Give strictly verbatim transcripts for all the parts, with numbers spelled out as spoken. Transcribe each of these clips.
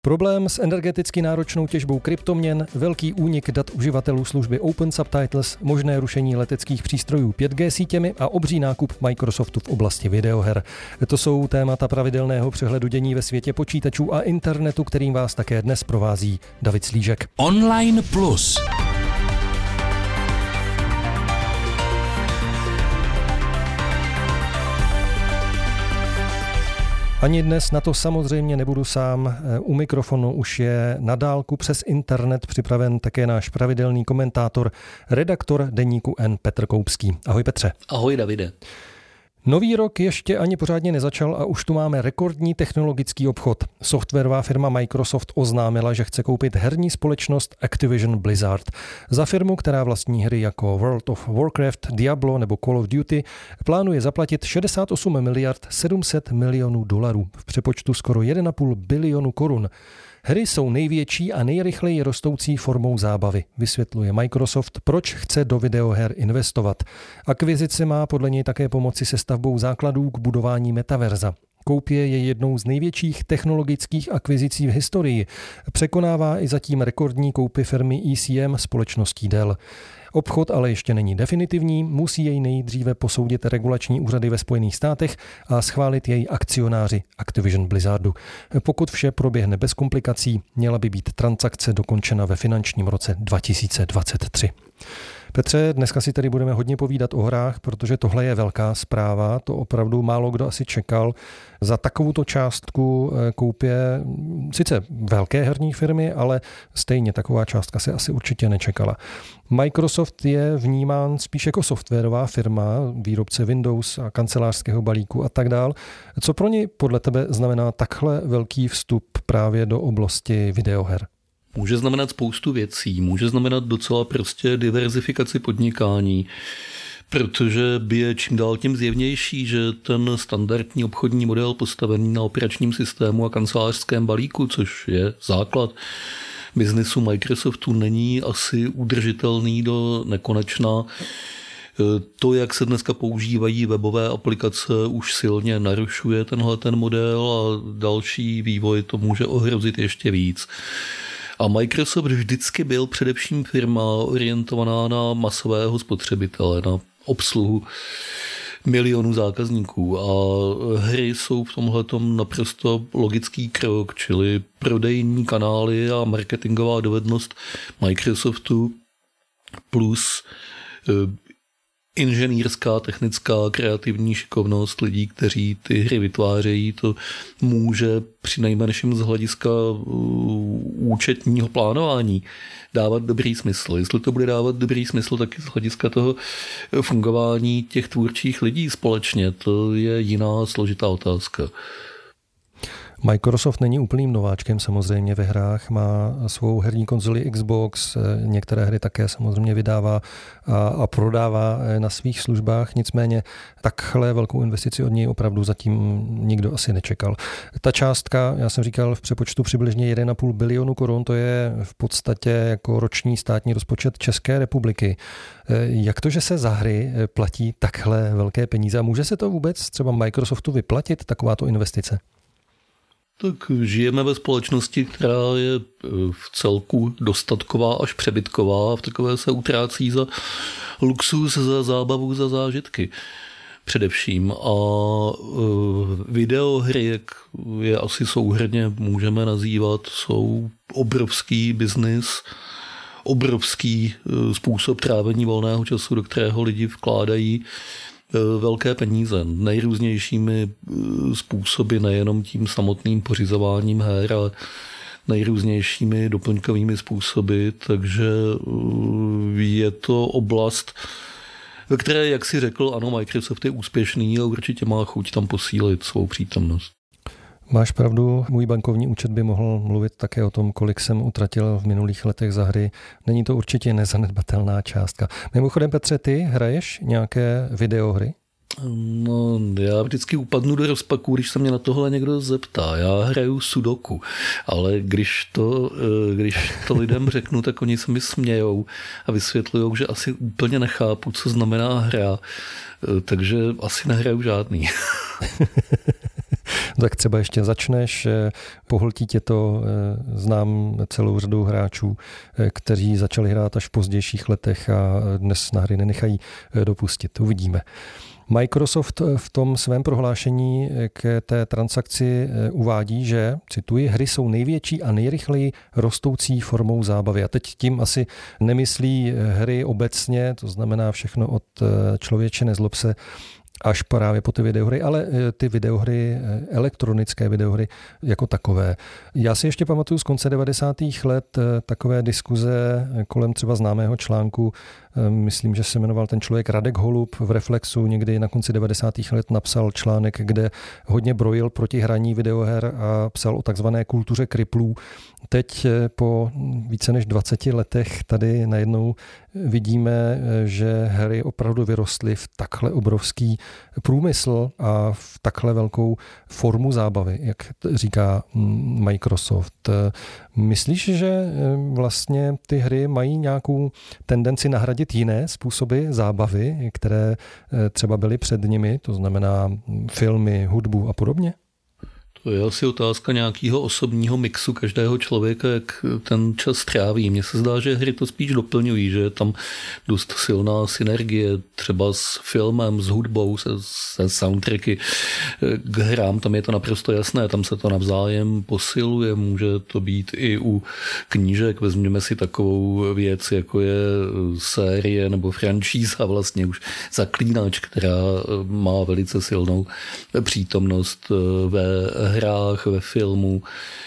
Problém s energeticky náročnou těžbou kryptoměn, velký únik dat uživatelů služby Open Subtitles, možné rušení leteckých přístrojů pět G sítěmi a obří nákup Microsoftu v oblasti videoher. To jsou témata pravidelného přehledu dění ve světě počítačů a internetu, kterým vás také dnes provází David Slížek. Online Plus. Ani dnes na to samozřejmě nebudu sám. U mikrofonu už je na dálku přes internet připraven také náš pravidelný komentátor, redaktor deníku N Petr Koupský. Ahoj Petře. Ahoj Davide. Nový rok ještě ani pořádně nezačal a už tu máme rekordní technologický obchod. Softwarová firma Microsoft oznámila, že chce koupit herní společnost Activision Blizzard. Za firmu, která vlastní hry jako World of Warcraft, Diablo nebo Call of Duty, plánuje zaplatit šedesát osm miliard sedm set milionů dolarů, v přepočtu skoro jedna celá pět bilionu korun. Hry jsou největší a nejrychleji rostoucí formou zábavy, vysvětluje Microsoft, proč chce do videoher investovat. Akvizice má podle něj také pomoci se stavbou základů k budování metaverza. Koupě je jednou z největších technologických akvizicí v historii. Překonává i zatím rekordní koupy firmy E C M společností Dell. Obchod ale ještě není definitivní, musí jej nejdříve posoudit regulační úřady ve Spojených státech a schválit její akcionáři Activision Blizzardu. Pokud vše proběhne bez komplikací, měla by být transakce dokončena ve finančním roce dva tisíce dvacet tři. Petře, dneska si tady budeme hodně povídat o hrách, protože tohle je velká zpráva, to opravdu málo kdo asi čekal. Za takovouto částku koupě sice velké herní firmy, ale stejně taková částka se asi určitě nečekala. Microsoft je vnímán spíš jako softwarová firma, výrobce Windows a kancelářského balíku a tak dál. Co pro ně podle tebe znamená takhle velký vstup právě do oblasti videoher? Může znamenat spoustu věcí, může znamenat docela prostě diverzifikaci podnikání, protože by je čím dál tím zjevnější, že ten standardní obchodní model postavený na operačním systému a kancelářském balíku, což je základ biznesu Microsoftu, není asi udržitelný do nekonečna. To, jak se dneska používají webové aplikace, už silně narušuje tenhle ten model a další vývoj to může ohrozit ještě víc. A Microsoft vždycky byl především firma orientovaná na masového spotřebitele, na obsluhu milionů zákazníků. A hry jsou v tomhletom naprosto logický krok, čili prodejní kanály a marketingová dovednost Microsoftu plus inženýrská, technická, kreativní šikovnost lidí, kteří ty hry vytvářejí, to může při nejmenším z hlediska účetního plánování dávat dobrý smysl. Jestli to bude dávat dobrý smysl, tak i z hlediska toho fungování těch tvůrčích lidí společně, to je jiná složitá otázka. Microsoft není úplným nováčkem samozřejmě ve hrách, má svou herní konzoli Xbox, některé hry také samozřejmě vydává a, a prodává na svých službách, nicméně takhle velkou investici od něj opravdu zatím nikdo asi nečekal. Ta částka, já jsem říkal, v přepočtu přibližně jedna celá pět bilionu korun, to je v podstatě jako roční státní rozpočet České republiky. Jak to, že se za hry platí takhle velké peníze a může se to vůbec třeba Microsoftu vyplatit, takováto investice? Tak žijeme ve společnosti, která je v celku dostatková až přebytková a v takové se utrácí za luxus, za zábavu, za zážitky především. A videohry, jak je asi souhrnně můžeme nazývat, jsou obrovský biznis, obrovský způsob trávení volného času, do kterého lidi vkládají velké peníze, nejrůznějšími způsoby, nejenom tím samotným pořizováním her, ale nejrůznějšími doplňkovými způsoby, takže je to oblast, ve které, jak si řekl, ano, Microsoft je úspěšný a určitě má chuť tam posílit svou přítomnost. Máš pravdu, můj bankovní účet by mohl mluvit také o tom, kolik jsem utratil v minulých letech za hry. Není to určitě nezanedbatelná částka. Mimochodem, Petře, ty hraješ nějaké videohry? No, já vždycky upadnu do rozpaku, když se mě na tohle někdo zeptá. Já hraju sudoku, ale když to, když to lidem řeknu, tak oni se mi smějou a vysvětlujou, že asi úplně nechápu, co znamená hra, takže asi nehraju žádný. Tak třeba ještě začneš, pohltí tě to, znám celou řadu hráčů, kteří začali hrát až v pozdějších letech a dnes na hry nenechají dopustit. Uvidíme. Microsoft v tom svém prohlášení k té transakci uvádí, že, cituji, hry jsou největší a nejrychleji rostoucí formou zábavy. A teď tím asi nemyslí hry obecně, to znamená všechno od Člověče nezlob se až právě po ty videohry, ale ty videohry, elektronické videohry jako takové. Já si ještě pamatuju z konce devadesátých let takové diskuze kolem třeba známého článku, myslím, že se jmenoval ten člověk Radek Holub v Reflexu, někdy na konci devadesátých let napsal článek, kde hodně brojil proti hraní videoher a psal o takzvané kultuře kriplů. Teď po více než dvaceti letech tady najednou vidíme, že hry opravdu vyrostly v takhle obrovský průmysl a v takhle velkou formu zábavy, jak říká Microsoft. Myslíš, že vlastně ty hry mají nějakou tendenci nahradit jiné způsoby zábavy, které třeba byly před nimi, to znamená filmy, hudbu a podobně? To je asi otázka nějakého osobního mixu každého člověka, jak ten čas tráví. Mně se zdá, že hry to spíš doplňují, že je tam dost silná synergie třeba s filmem, s hudbou, se, se soundtracky k hrám. Tam je to naprosto jasné, tam se to navzájem posiluje. Může to být i u knížek. Vezměme si takovou věc, jako je série nebo franšíza vlastně už Zaklínač, která má velice silnou přítomnost ve hrách, ve filmu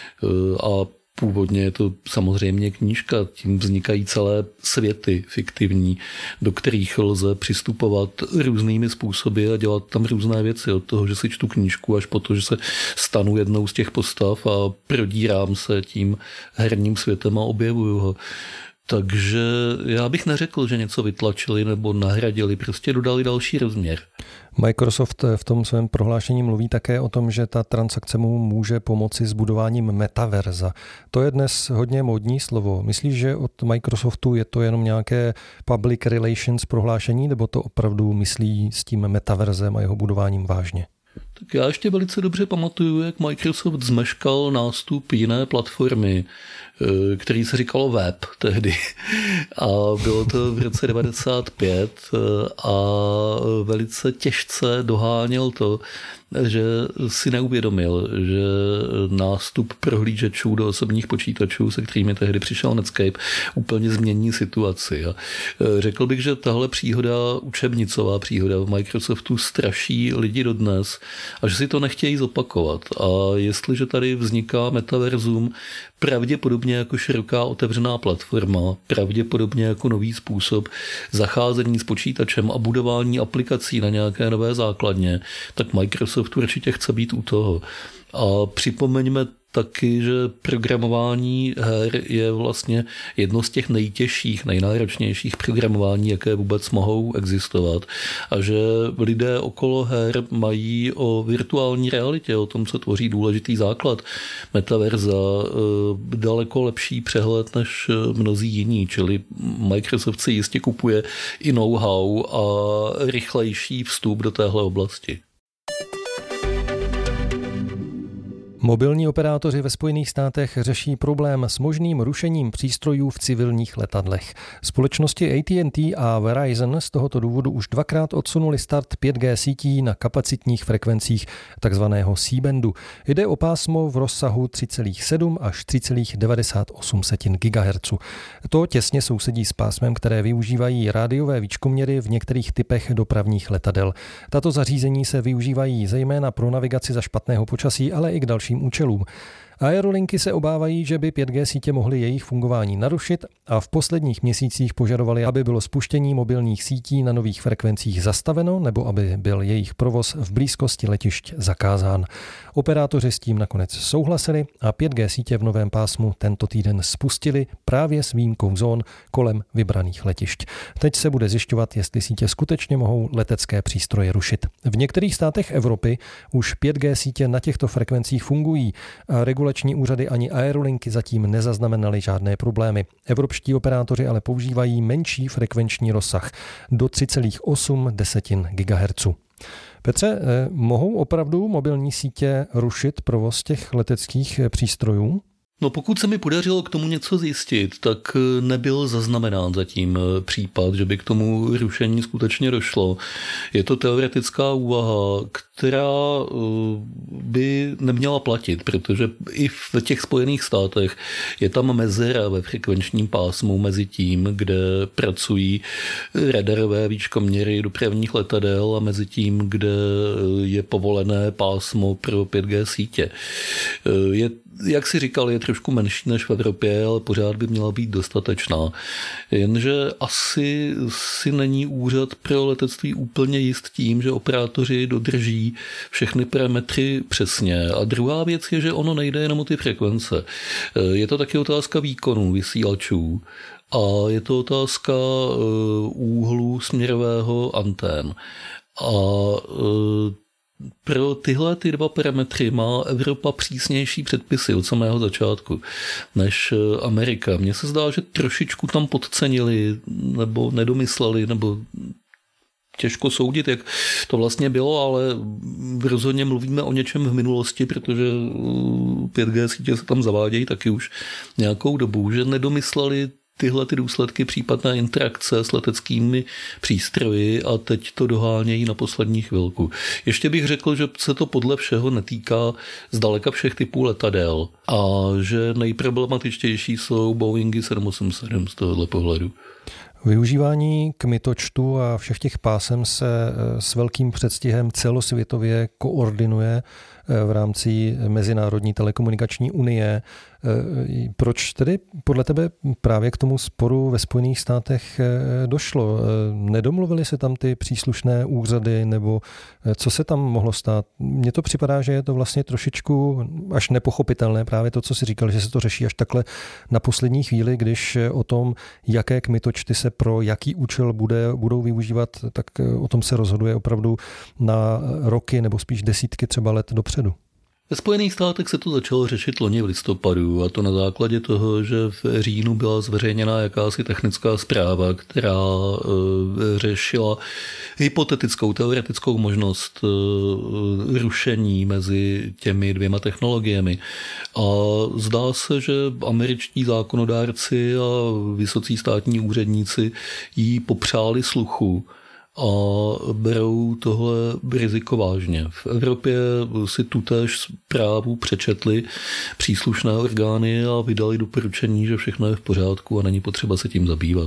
a původně je to samozřejmě knížka, tím vznikají celé světy fiktivní, do kterých lze přistupovat různými způsoby a dělat tam různé věci, od toho, že si čtu knížku, až po to, že se stanu jednou z těch postav a prodírám se tím herním světem a objevuju ho. Takže já bych neřekl, že něco vytlačili nebo nahradili, prostě dodali další rozměr. Microsoft v tom svém prohlášení mluví také o tom, že ta transakce mu může pomoci s budováním metaverza. To je dnes hodně módní slovo. Myslíš, že od Microsoftu je to jenom nějaké public relations prohlášení, nebo to opravdu myslí s tím metaverzem a jeho budováním vážně? Tak já ještě velice dobře pamatuju, jak Microsoft zmeškal nástup jiné platformy, který se říkalo web tehdy. A bylo to v roce devadesát pět a velice těžce doháněl to, že si neuvědomil, že nástup prohlížečů do osobních počítačů, se kterými tehdy přišel Netscape, úplně změní situaci. A řekl bych, že tahle příhoda, učebnicová příhoda v Microsoftu straší lidi dodnes a že si to nechtějí zopakovat. A jestliže tady vzniká metaverzum, pravděpodobně jako široká otevřená platforma, pravděpodobně jako nový způsob zacházení s počítačem a budování aplikací na nějaké nové základně, tak Microsoft určitě chce být u toho. A připomeňme taky, že programování her je vlastně jedno z těch nejtěžších, nejnáročnějších programování, jaké vůbec mohou existovat. A že lidé okolo her mají o virtuální realitě, o tom, co tvoří důležitý základ metaverza, daleko lepší přehled než mnozí jiní. Čili Microsoft si jistě kupuje i know-how a rychlejší vstup do téhle oblasti. Mobilní operátoři ve Spojených státech řeší problém s možným rušením přístrojů v civilních letadlech. Společnosti A T and T a Verizon z tohoto důvodu už dvakrát odsunuli start pět G sítí na kapacitních frekvencích takzvaného C-bandu. Jde o pásmo v rozsahu tři celá sedm až tři celá devadesát osm gigahertzu. To těsně sousedí s pásmem, které využívají rádiové výškoměry v některých typech dopravních letadel. Tato zařízení se využívají zejména pro navigaci za špatného počasí, ale i k dalším účelům. Aerolinky se obávají, že by pět G sítě mohly jejich fungování narušit a v posledních měsících požadovali, aby bylo spuštění mobilních sítí na nových frekvencích zastaveno nebo aby byl jejich provoz v blízkosti letišť zakázán. Operátoři s tím nakonec souhlasili a pět G sítě v novém pásmu tento týden spustili právě s výjimkou zón kolem vybraných letišť. Teď se bude zjišťovat, jestli sítě skutečně mohou letecké přístroje rušit. V některých státech Evropy už pět G sítě na těchto frekvencích fungují a regulační úřady ani aerolinky zatím nezaznamenaly žádné problémy. Evropští operátoři ale používají menší frekvenční rozsah do tři celá osm gigahertzu. Petře, mohou opravdu mobilní sítě rušit provoz těch leteckých přístrojů? No pokud se mi podařilo k tomu něco zjistit, tak nebyl zaznamenán zatím případ, že by k tomu rušení skutečně došlo. Je to teoretická úvaha, která by neměla platit, protože i v těch Spojených státech je tam mezera ve frekvenčním pásmu mezi tím, kde pracují radarové výškoměry dopravních letadel a mezi tím, kde je povolené pásmo pro pět G sítě. Je, jak si říkal, je trošku menší než v Evropě, ale pořád by měla být dostatečná. Jenže asi si není úřad pro letectví úplně jist tím, že operátoři dodrží všechny parametry přesně. A druhá věc je, že ono nejde jenom o ty frekvence. Je to taky otázka výkonu vysílačů a je to otázka úhlu směrového antén. A pro tyhle ty dva parametry má Evropa přísnější předpisy od samého začátku než Amerika. Mně se zdá, že trošičku tam podcenili nebo nedomysleli, nebo těžko soudit, jak to vlastně bylo, ale rozhodně mluvíme o něčem v minulosti, protože pět G sítě se tam zavádějí taky už nějakou dobu, že nedomysleli tyhle ty důsledky případné interakce s leteckými přístroji a teď to dohánějí na poslední chvilku. Ještě bych řekl, že se to podle všeho netýká zdaleka všech typů letadel a že nejproblematičtější jsou Boeingy sedm osm sedm z tohohle pohledu. Využívání kmitočtu a všech těch pásem se s velkým předstihem celosvětově koordinuje v rámci Mezinárodní telekomunikační unie. Proč tedy podle tebe právě k tomu sporu ve Spojených státech došlo? Nedomluvily se tam ty příslušné úřady, nebo co se tam mohlo stát? Mně to připadá, že je to vlastně trošičku až nepochopitelné, právě to, co jsi říkal, že se to řeší až takhle na poslední chvíli, když o tom, jaké kmitočty se pro jaký účel bude, budou využívat, tak o tom se rozhoduje opravdu na roky nebo spíš desítky třeba let dopředu. Ve Spojených státech se to začalo řešit loni v listopadu a to na základě toho, že v říjnu byla zveřejněna jakási technická zpráva, která řešila hypotetickou, teoretickou možnost rušení mezi těmi dvěma technologiemi. A zdá se, že američtí zákonodárci a vysocí státní úředníci jí popřáli sluchu a berou tohle riziko vážně. V Evropě si tutéž zprávu přečetli příslušné orgány a vydali doporučení, že všechno je v pořádku a není potřeba se tím zabývat.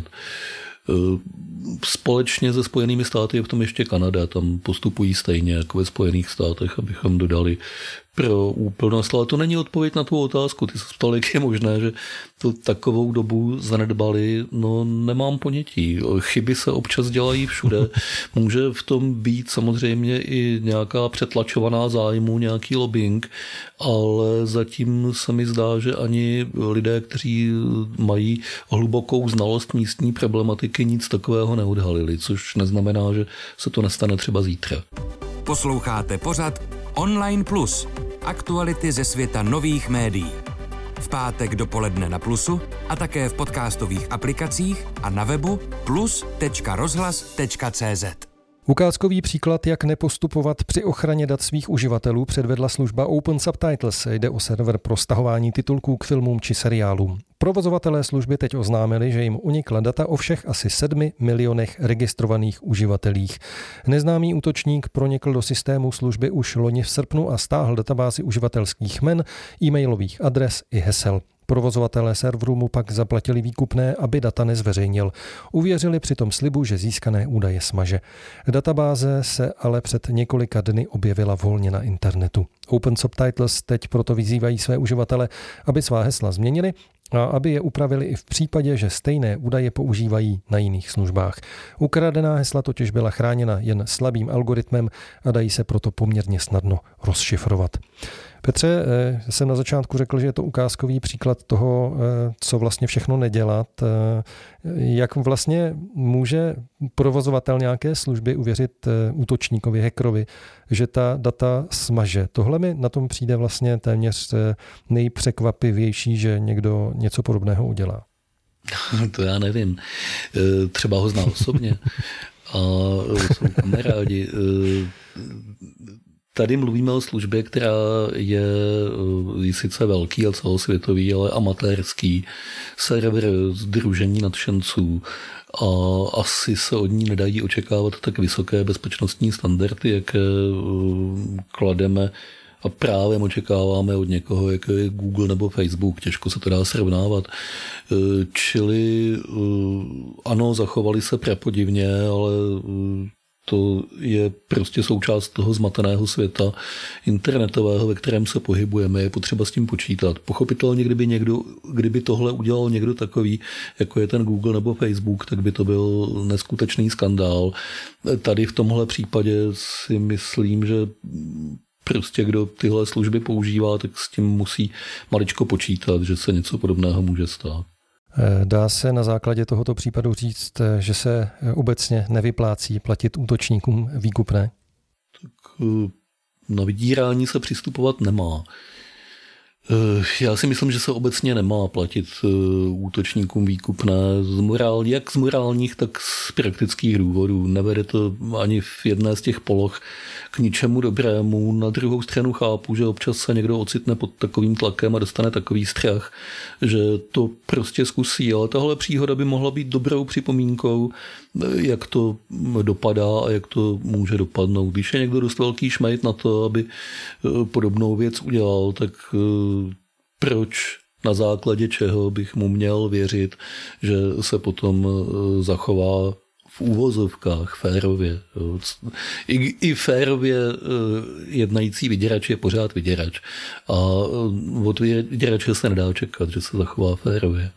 Společně se Spojenými státy je v tom ještě Kanada, tam postupují stejně jako ve Spojených státech, abychom dodali pro úplnost, ale to není odpověď na tu otázku. Ty se ptal, jak je možné, že to takovou dobu zanedbali. No nemám ponětí. Chyby se občas dělají všude. Může v tom být samozřejmě i nějaká přetlačovaná zájmu, nějaký lobbying, ale zatím se mi zdá, že ani lidé, kteří mají hlubokou znalost místní problematiky, nic takového neodhalili, což neznamená, že se to nestane třeba zítra. Posloucháte pořad Online Plus. Aktuality ze světa nových médií. V pátek dopoledne na Plusu a také v podcastových aplikacích a na webu plus tečka rozhlas tečka cé zet. Ukázkový příklad, jak nepostupovat při ochraně dat svých uživatelů, předvedla služba Open Subtitles. Jde o server pro stahování titulků k filmům či seriálům. Provozovatelé služby teď oznámili, že jim unikla data o všech asi sedmi milionech registrovaných uživatelích. Neznámý útočník pronikl do systému služby už loni v srpnu a stáhl databázi uživatelských jmen, e-mailových adres i hesel. Provozovatelé serveru mu pak zaplatili výkupné, aby data nezveřejnil. Uvěřili přitom slibu, že získané údaje smaže. Databáze se ale před několika dny objevila volně na internetu. Open Subtitles teď proto vyzývají své uživatele, aby svá hesla změnili a aby je upravili i v případě, že stejné údaje používají na jiných službách. Ukradená hesla totiž byla chráněna jen slabým algoritmem a dají se proto poměrně snadno rozšifrovat. Petře, jsem na začátku řekl, že je to ukázkový příklad toho, co vlastně všechno nedělat. Jak vlastně může provozovatel nějaké služby uvěřit útočníkovi, hackerovi, že ta data smaže? Tohle mi na tom přijde vlastně téměř nejpřekvapivější, že někdo něco podobného udělá. To já nevím. Třeba ho zná osobně. a jsou kamarádi. Tady mluvíme o službě, která je sice velký a celosvětový, ale amatérský server sdružení nadšenců a asi se od ní nedají očekávat tak vysoké bezpečnostní standardy, jaké klademe a právě očekáváme od někoho, jako je Google nebo Facebook. Těžko se to dá srovnávat. Čili ano, zachovali se prapodivně, ale to je prostě součást toho zmateného světa internetového, ve kterém se pohybujeme. Je potřeba s tím počítat. Pochopitelně, kdyby, někdo, kdyby tohle udělal někdo takový, jako je ten Google nebo Facebook, tak by to byl neskutečný skandál. Tady v tomhle případě si myslím, že prostě kdo tyhle služby používá, tak s tím musí maličko počítat, že se něco podobného může stát. Dá se na základě tohoto případu říct, že se obecně nevyplácí platit útočníkům výkupné? Tak na vydírání se přistupovat nemá. Já si myslím, že se obecně nemá platit útočníkům výkupné z morální, jak z morálních, tak z praktických důvodů. Nevede to ani v jedné z těch poloh k ničemu dobrému. Na druhou stranu chápu, že občas se někdo ocitne pod takovým tlakem a dostane takový strach, že to prostě zkusí. Ale tahle příhoda by mohla být dobrou připomínkou, jak to dopadá a jak to může dopadnout. Když je někdo dost velký šmejt na to, aby podobnou věc udělal, tak proč, na základě čeho bych mu měl věřit, že se potom zachová v úvozovkách férově. I, i férově jednající vyděrač je pořád vyděrač. A od vyděrače se nedá čekat, že se zachová férově.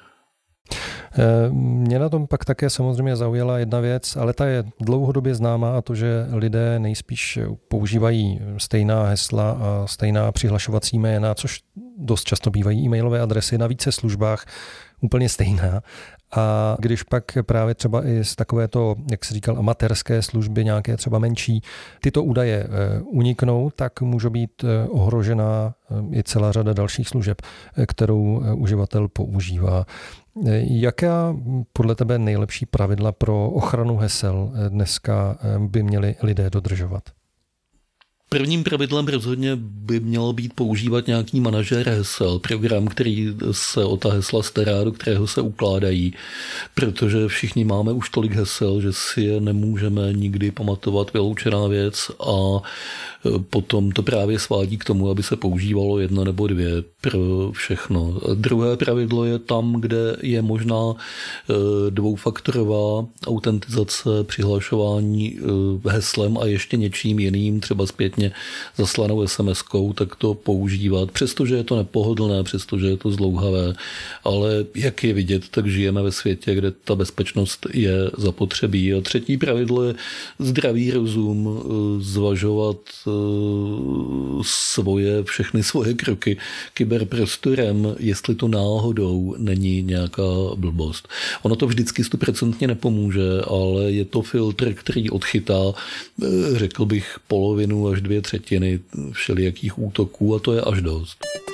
Mě na tom pak také samozřejmě zaujala jedna věc, ale ta je dlouhodobě známá, a to, že lidé nejspíš používají stejná hesla a stejná přihlašovací jména, což dost často bývají e-mailové adresy na více službách úplně stejná. A když pak právě třeba i z takovéto, jak se říkal, amatérské služby, nějaké třeba menší, tyto údaje uniknou, tak může být ohrožena i celá řada dalších služeb, kterou uživatel používá. Jaká podle tebe nejlepší pravidla pro ochranu hesel dneska by měli lidé dodržovat? Prvním pravidlem rozhodně by mělo být používat nějaký manažer hesel, program, který se o ta hesla stará, do kterého se ukládají, protože všichni máme už tolik hesel, že si je nemůžeme nikdy pamatovat, vyloučená věc, a potom to právě svádí k tomu, aby se používalo jedno nebo dvě pro všechno. Druhé pravidlo je tam, kde je možná dvoufaktorová autentizace, přihlašování heslem a ještě něčím jiným, třeba zpětně zaslanou es em eskou, tak to používat, přestože je to nepohodlné, přestože je to zdlouhavé, ale jak je vidět, tak žijeme ve světě, kde ta bezpečnost je zapotřebí. A třetí pravidlo je zdravý rozum, zvažovat svoje, všechny svoje kroky kyberprostorem, jestli to náhodou není nějaká blbost. Ono to vždycky stoprocentně nepomůže, ale je to filtr, který odchytá, řekl bych, polovinu až dvě třetiny všelijakých útoků, a to je až dost.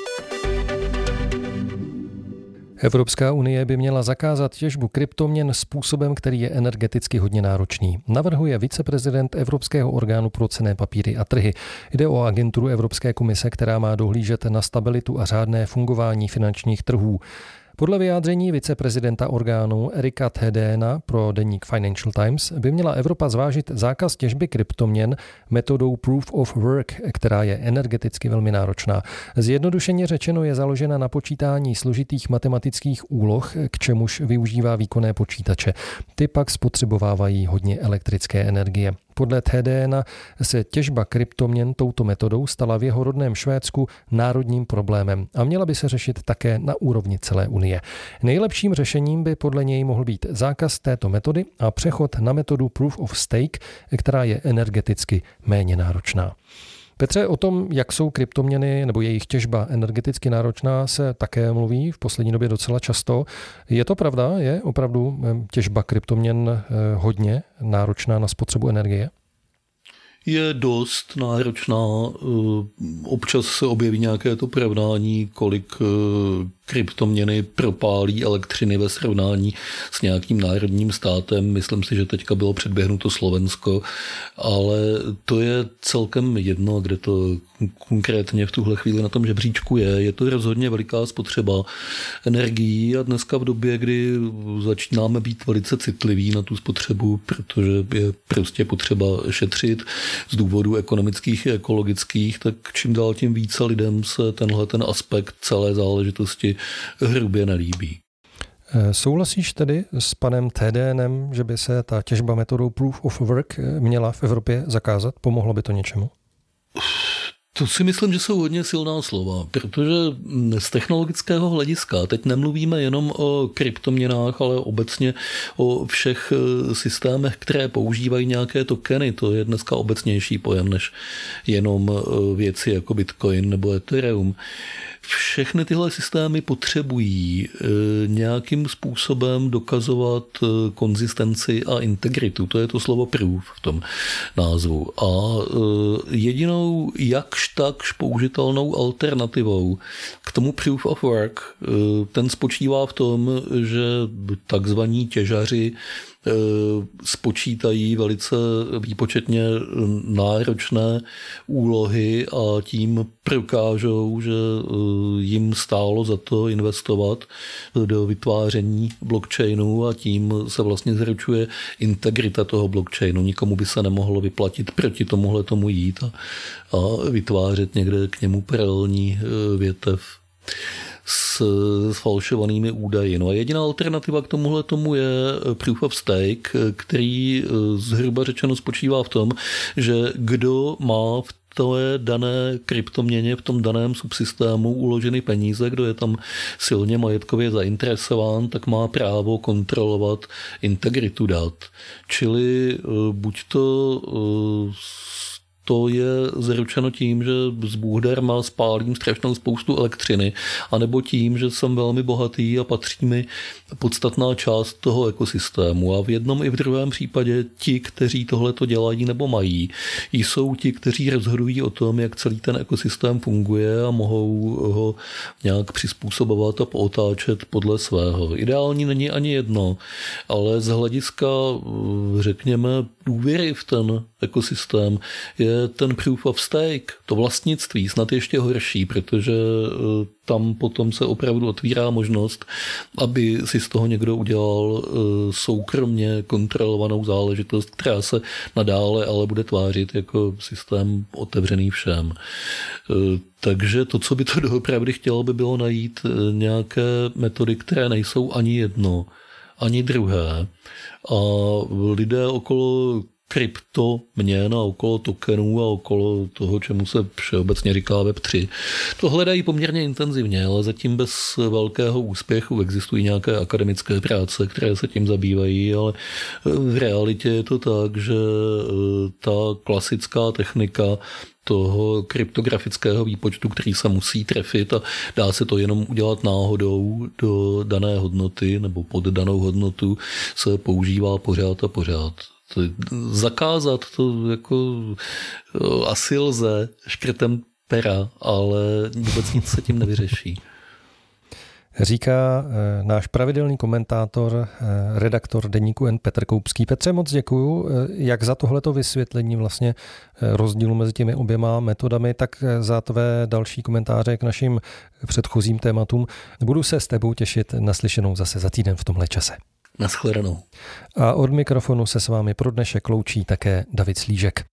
Evropská unie by měla zakázat těžbu kryptoměn způsobem, který je energeticky hodně náročný. Navrhuje viceprezident Evropského orgánu pro cenné papíry a trhy. Jde o agenturu Evropské komise, která má dohlížet na stabilitu a řádné fungování finančních trhů. Podle vyjádření viceprezidenta orgánu Erika Thedéna pro deník Financial Times by měla Evropa zvážit zákaz těžby kryptoměn metodou Proof of Work, která je energeticky velmi náročná. Zjednodušeně řečeno je založena na počítání složitých matematických úloh, k čemuž využívá výkonné počítače. Ty pak spotřebovávají hodně elektrické energie. Podle Thedéna se těžba kryptoměn touto metodou stala v jeho rodném Švédsku národním problémem a měla by se řešit také na úrovni celé Unie. Nejlepším řešením by podle něj mohl být zákaz této metody a přechod na metodu Proof of Stake, která je energeticky méně náročná. Petře, o tom, jak jsou kryptoměny nebo jejich těžba energeticky náročná, se také mluví v poslední době docela často. Je to pravda? Je opravdu těžba kryptoměn hodně náročná na spotřebu energie? Je dost náročná. Občas se objeví nějaké to porovnání, kolik kryptoměny propálí elektřiny ve srovnání s nějakým národním státem. Myslím si, že teďka bylo předběhnuto Slovensko, ale to je celkem jedno, kde to konkrétně v tuhle chvíli na tom žebříčku je. Je to rozhodně veliká spotřeba energií a dneska v době, kdy začínáme být velice citliví na tu spotřebu, protože je prostě potřeba šetřit z důvodů ekonomických i ekologických, tak čím dál tím více lidem se tenhle ten aspekt celé záležitosti hrubě nelíbí. Souhlasíš tedy s panem Thedénem, že by se ta těžba metodou Proof of Work měla v Evropě zakázat? Pomohlo by to něčemu? To si myslím, že jsou hodně silná slova, protože z technologického hlediska teď nemluvíme jenom o kryptoměnách, ale obecně o všech systémech, které používají nějaké tokeny. To je dneska obecnější pojem než jenom věci jako Bitcoin nebo Ethereum. Všechny tyhle systémy potřebují nějakým způsobem dokazovat konzistenci a integritu. To je to slovo proof v tom názvu. A jedinou jakž takž použitelnou alternativou k tomu proof of work, ten spočívá v tom, že takzvaní těžaři spočítají velice výpočetně náročné úlohy a tím prokážou, že jim stálo za to investovat do vytváření blockchainu a tím se vlastně zaručuje integrita toho blockchainu. Nikomu by se nemohlo vyplatit proti tomuhle tomu jít a, a vytvářet někde k němu paralelní větev s falšovanými údaji. No a jediná alternativa k tomuhle tomu je proof of stake, který zhruba řečeno spočívá v tom, že kdo má v té dané kryptoměně, v tom daném subsystému uloženy peníze, kdo je tam silně majetkově zainteresován, tak má právo kontrolovat integritu dat. Čili buď to to je zaručeno tím, že z Bůh má spálím strašnou spoustu elektřiny, anebo tím, že jsem velmi bohatý a patří mi podstatná část toho ekosystému. A v jednom i v druhém případě ti, kteří tohleto dělají nebo mají, jsou ti, kteří rozhodují o tom, jak celý ten ekosystém funguje a mohou ho nějak přizpůsobovat a pootáčet podle svého. Ideální není ani jedno, ale z hlediska, řekněme, důvěry v ten ekosystém je ten proof of stake, to vlastnictví, snad ještě horší, protože tam potom se opravdu otvírá možnost, aby si z toho někdo udělal soukromně kontrolovanou záležitost, která se nadále ale bude tvářit jako systém otevřený všem. Takže to, co by to doopravdy chtělo, by bylo najít nějaké metody, které nejsou ani jedno, ani druhé. A lidé okolo kryptoměn a okolo tokenů a okolo toho, čemu se všeobecně říká web tři. To hledají poměrně intenzivně, ale zatím bez velkého úspěchu. Existují nějaké akademické práce, které se tím zabývají, ale v realitě je to tak, že ta klasická technika toho kryptografického výpočtu, který se musí trefit a dá se to jenom udělat náhodou do dané hodnoty nebo pod danou hodnotu, se používá pořád a pořád. Zakázat to jako asi lze škrtem pera, ale vůbec nic se tím nevyřeší. Říká náš pravidelný komentátor, redaktor deníku N Petr Koupský. Petře, moc děkuju, jak za tohleto vysvětlení vlastně rozdílu mezi těmi oběma metodami, tak za tvé další komentáře k našim předchozím tématům. Budu se s tebou těšit na slyšenou zase za týden v tomhle čase. Naschledanou. A od mikrofonu se s vámi pro dnešek loučí také David Slížek.